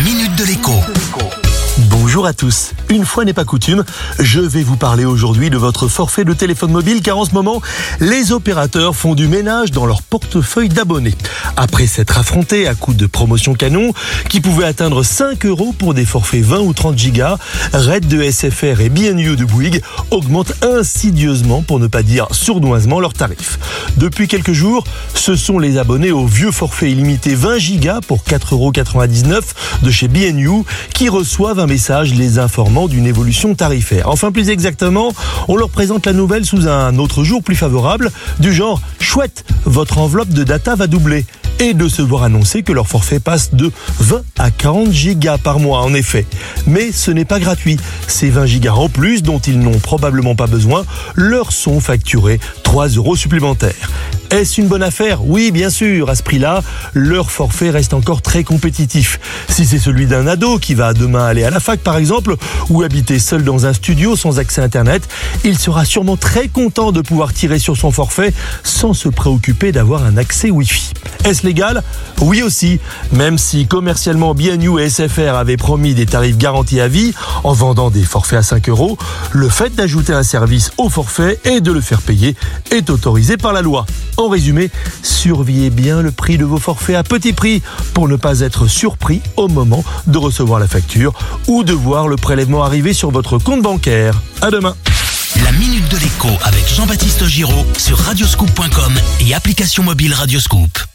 Minute de l'écho. Bonjour à tous. Une fois n'est pas coutume, je vais vous parler aujourd'hui de votre forfait de téléphone mobile car en ce moment, les opérateurs font du ménage dans leur portefeuille d'abonnés. Après s'être affrontés à coups de promotion canon qui pouvaient atteindre 5 € pour des forfaits 20 ou 30 gigas, Red de SFR et BNU de Bouygues augmentent insidieusement, pour ne pas dire sournoisement, leurs tarifs. Depuis quelques jours, ce sont les abonnés au vieux forfait illimité 20 gigas pour 4,99 € de chez BNU qui reçoivent un message les informant d'une évolution tarifaire. Enfin, plus exactement, on leur présente la nouvelle sous un autre jour plus favorable, du genre « Chouette, votre enveloppe de data va doubler ». Et de se voir annoncer que leur forfait passe de 20 à 40 gigas par mois, en effet. Mais ce n'est pas gratuit. Ces 20 gigas en plus, dont ils n'ont probablement pas besoin, leur sont facturés 3 € supplémentaires. Est-ce une bonne affaire ? Oui, bien sûr. À ce prix-là, leur forfait reste encore très compétitif. Si c'est celui d'un ado qui va demain aller à la fac, par exemple, ou habiter seul dans un studio sans accès Internet, il sera sûrement très content de pouvoir tirer sur son forfait sans se préoccuper d'avoir un accès Wi-Fi. Est-ce légal ? Oui aussi, même si commercialement BNU et SFR avaient promis des tarifs garantis à vie en vendant des forfaits à 5 €, le fait d'ajouter un service au forfait et de le faire payer est autorisé par la loi. En résumé, surveillez bien le prix de vos forfaits à petit prix pour ne pas être surpris au moment de recevoir la facture ou de voir le prélèvement arriver sur votre compte bancaire. À demain. La Minute de l'écho avec Jean-Baptiste Giraud sur radioscoop.com et application mobile Radioscoop.